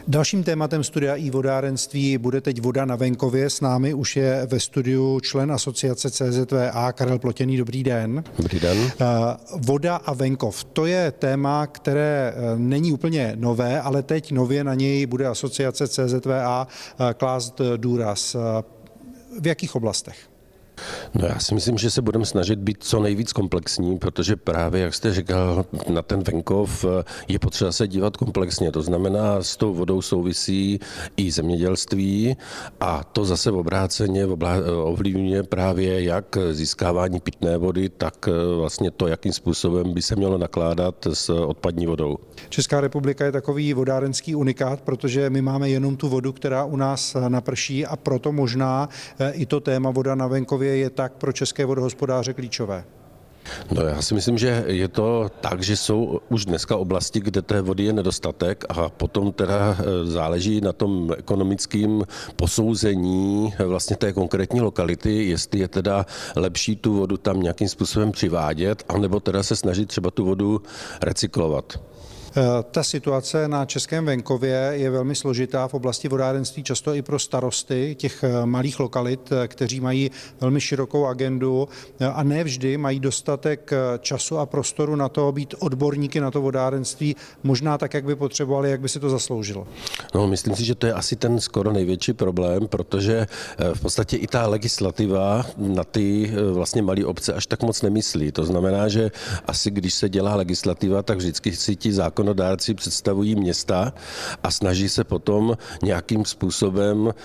Dalším tématem studia iVodárenství bude teď voda na venkově. S námi už je ve studiu člen asociace CZVA Karel Plotěný. Dobrý den. Dobrý den. Voda a venkov, to je téma, které není úplně nové, ale teď nově na něj bude asociace CZVA klást důraz. V jakých oblastech? No já si myslím, že se budeme snažit být co nejvíc komplexní, protože právě, jak jste říkal, na ten venkov je potřeba se dívat komplexně. To znamená, s tou vodou souvisí i zemědělství a to zase obráceně ovlivňuje právě jak získávání pitné vody, tak vlastně to, jakým způsobem by se mělo nakládat s odpadní vodou. Česká republika je takový vodárenský unikát, protože my máme jenom tu vodu, která u nás naprší, a proto možná i to téma voda na venkově je tak pro české vodohospodáře klíčové. No já si myslím, že je to tak, že jsou už dneska oblasti, kde té vody je nedostatek a potom teda záleží na tom ekonomickém posouzení vlastně té konkrétní lokality, jestli je teda lepší tu vodu tam nějakým způsobem přivádět, anebo teda se snažit třeba tu vodu recyklovat. Ta situace na českém venkově je velmi složitá v oblasti vodárenství, často i pro starosty těch malých lokalit, kteří mají velmi širokou agendu a ne vždy mají dostatek času a prostoru na to být odborníky na to vodárenství, možná tak, jak by potřebovali, jak by si to zasloužilo. No, myslím si, že to je asi ten skoro největší problém, protože v podstatě i ta legislativa na ty vlastně malé obce až tak moc nemyslí. To znamená, že asi když se dělá legislativa, tak vždycky si ti zákonodárci představují města a snaží se potom nějakým způsobem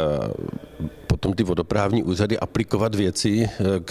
potom ty vodoprávní úřady aplikovat věci,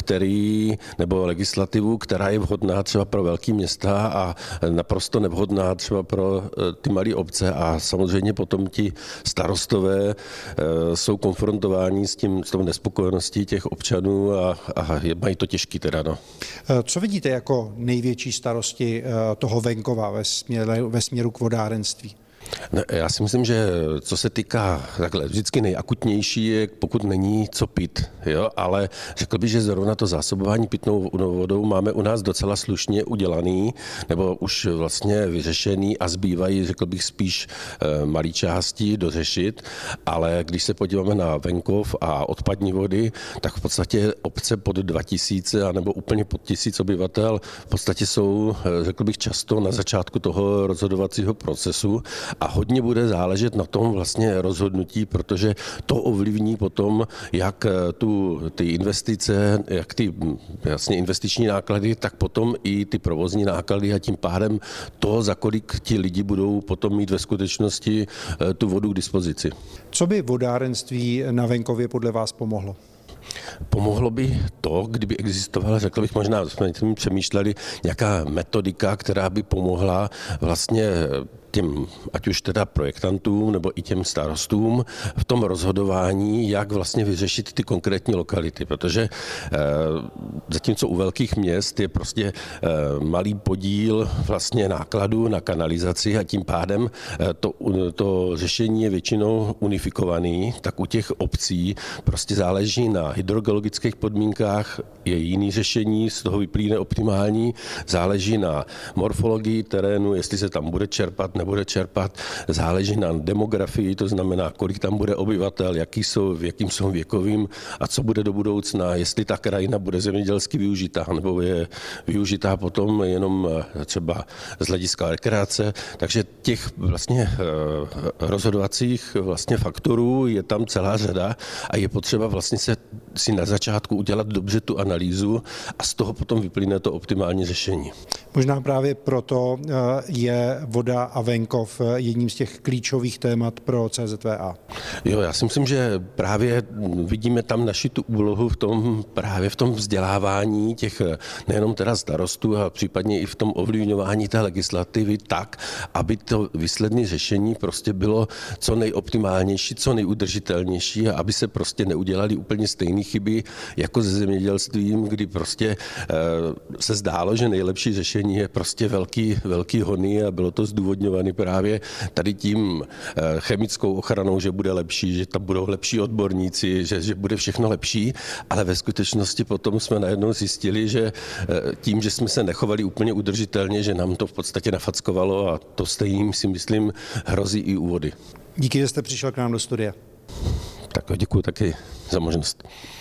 nebo legislativu, která je vhodná třeba pro velké města a naprosto nevhodná třeba pro ty malé obce. A samozřejmě potom ti starostové jsou konfrontováni s tou nespokojeností těch občanů a mají to těžký teda. No. Co vidíte jako největší starosti toho venkova ve směru k vodárenství? Já si myslím, že co se týká takhle, vždycky nejakutnější je, pokud není co pít, jo? Ale řekl bych, že zrovna to zásobování pitnou vodou máme u nás docela slušně udělaný, nebo už vlastně vyřešený a zbývají, řekl bych, spíš malé části dořešit, ale když se podíváme na venkov a odpadní vody, tak v podstatě obce pod 2000 anebo úplně pod 1000 obyvatel v podstatě jsou, řekl bych, často na začátku toho rozhodovacího procesu. A hodně bude záležet na tom vlastně rozhodnutí, protože to ovlivní potom, jak ty investice, jak ty vlastně investiční náklady, tak potom i ty provozní náklady a tím pádem to, za kolik ti lidi budou potom mít ve skutečnosti tu vodu k dispozici. Co by vodárenství na venkově podle vás pomohlo? Pomohlo by to, kdyby existovala, řekl bych, možná jsme tím přemýšleli, nějaká metodika, která by pomohla vlastně těm, ať už teda projektantům nebo i těm starostům v tom rozhodování, jak vlastně vyřešit ty konkrétní lokality, protože zatímco u velkých měst je prostě malý podíl vlastně nákladů na kanalizaci a tím pádem to řešení je většinou unifikovaný, tak u těch obcí prostě záleží na hydrogeologických podmínkách, je jiný řešení, z toho vyplýne optimální, záleží na morfologii terénu, jestli se tam bude čerpat, nebude čerpat, záleží na demografii, to znamená, kolik tam bude obyvatel, v jakým jsou věkovým a co bude do budoucna, jestli ta krajina bude zemědělsky využitá, nebo je využitá potom jenom třeba z hlediska rekreace. Takže těch vlastně rozhodovacích vlastně faktorů je tam celá řada a je potřeba vlastně si na začátku udělat dobře tu analýzu a z toho potom vyplyne to optimální řešení. Možná právě proto je voda a venkov jedním z těch klíčových témat pro CZVA. Jo, já si myslím, že právě vidíme tam naši tu úlohu právě v tom vzdělávání těch nejenom teda starostů a případně i v tom ovlivňování té legislativy tak, aby to výsledné řešení prostě bylo co nejoptimálnější, co nejudržitelnější a aby se prostě neudělali úplně stejné chyby jako se zemědělstvím, kdy prostě se zdálo, že nejlepší řešení je prostě velký hony a bylo to zdůvodňované definovaný právě tady tím chemickou ochranou, že bude lepší, že tam budou lepší odborníci, že bude všechno lepší, ale ve skutečnosti potom jsme najednou zjistili, že tím, že jsme se nechovali úplně udržitelně, že nám to v podstatě nafackovalo a to stejným si myslím hrozí i u vody. Díky, že jste přišel k nám do studia. Tak děkuji taky za možnost.